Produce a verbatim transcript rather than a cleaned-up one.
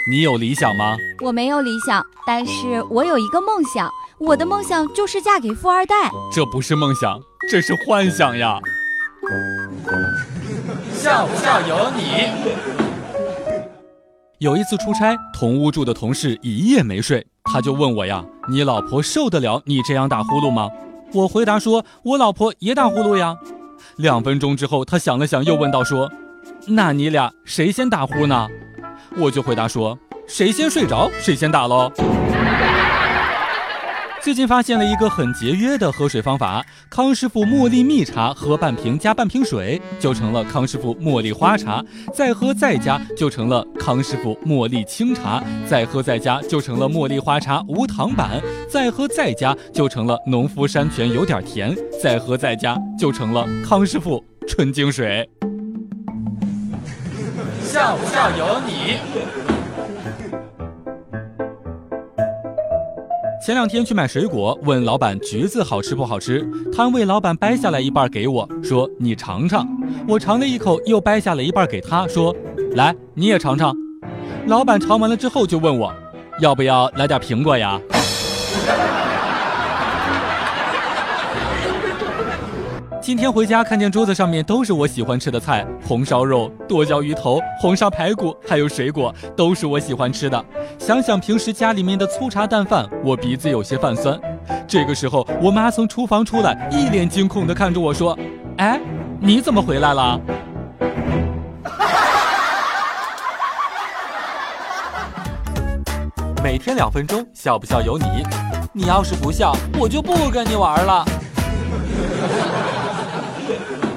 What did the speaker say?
你有理想吗？ 我没有理想，但是我有一个梦想，我的梦想就是嫁给富二代。 这不是梦想，这是幻想呀。 笑不笑由你。 有一次出差，同屋住的同事一夜没睡，他就问我呀，你老婆受得了你这样打呼噜吗？我回答说，我老婆也打呼噜呀。两分钟之后，他想了想又问道说，那你俩谁先打呼呢？我就回答说，谁先睡着谁先打咯。最近发现了一个很节约的喝水方法，康师傅茉莉蜜茶喝半瓶加半瓶水就成了康师傅茉莉花茶，再喝再加就成了康师傅茉莉清茶，再喝再加就成了茉莉花茶无糖版，再喝再加就成了农夫山泉有点甜，再喝再加就成了康师傅纯净水。 笑不笑由你。 前两天去买水果，问老板橘子好吃不好吃，摊位老板掰下来一半给我，说你尝尝。我尝了一口，又掰下了一半给他，说来你也尝尝。老板尝完了之后就问我，要不要来点苹果呀？今天回家看见桌子上面都是我喜欢吃的菜，红烧肉、剁椒鱼头、红烧排骨，还有水果，都是我喜欢吃的。想想平时家里面的粗茶淡饭，我鼻子有些泛酸。这个时候我妈从厨房出来，一脸惊恐地看着我说，哎，你怎么回来了？每天两分钟，笑不笑由你。你要是不笑，我就不跟你玩了。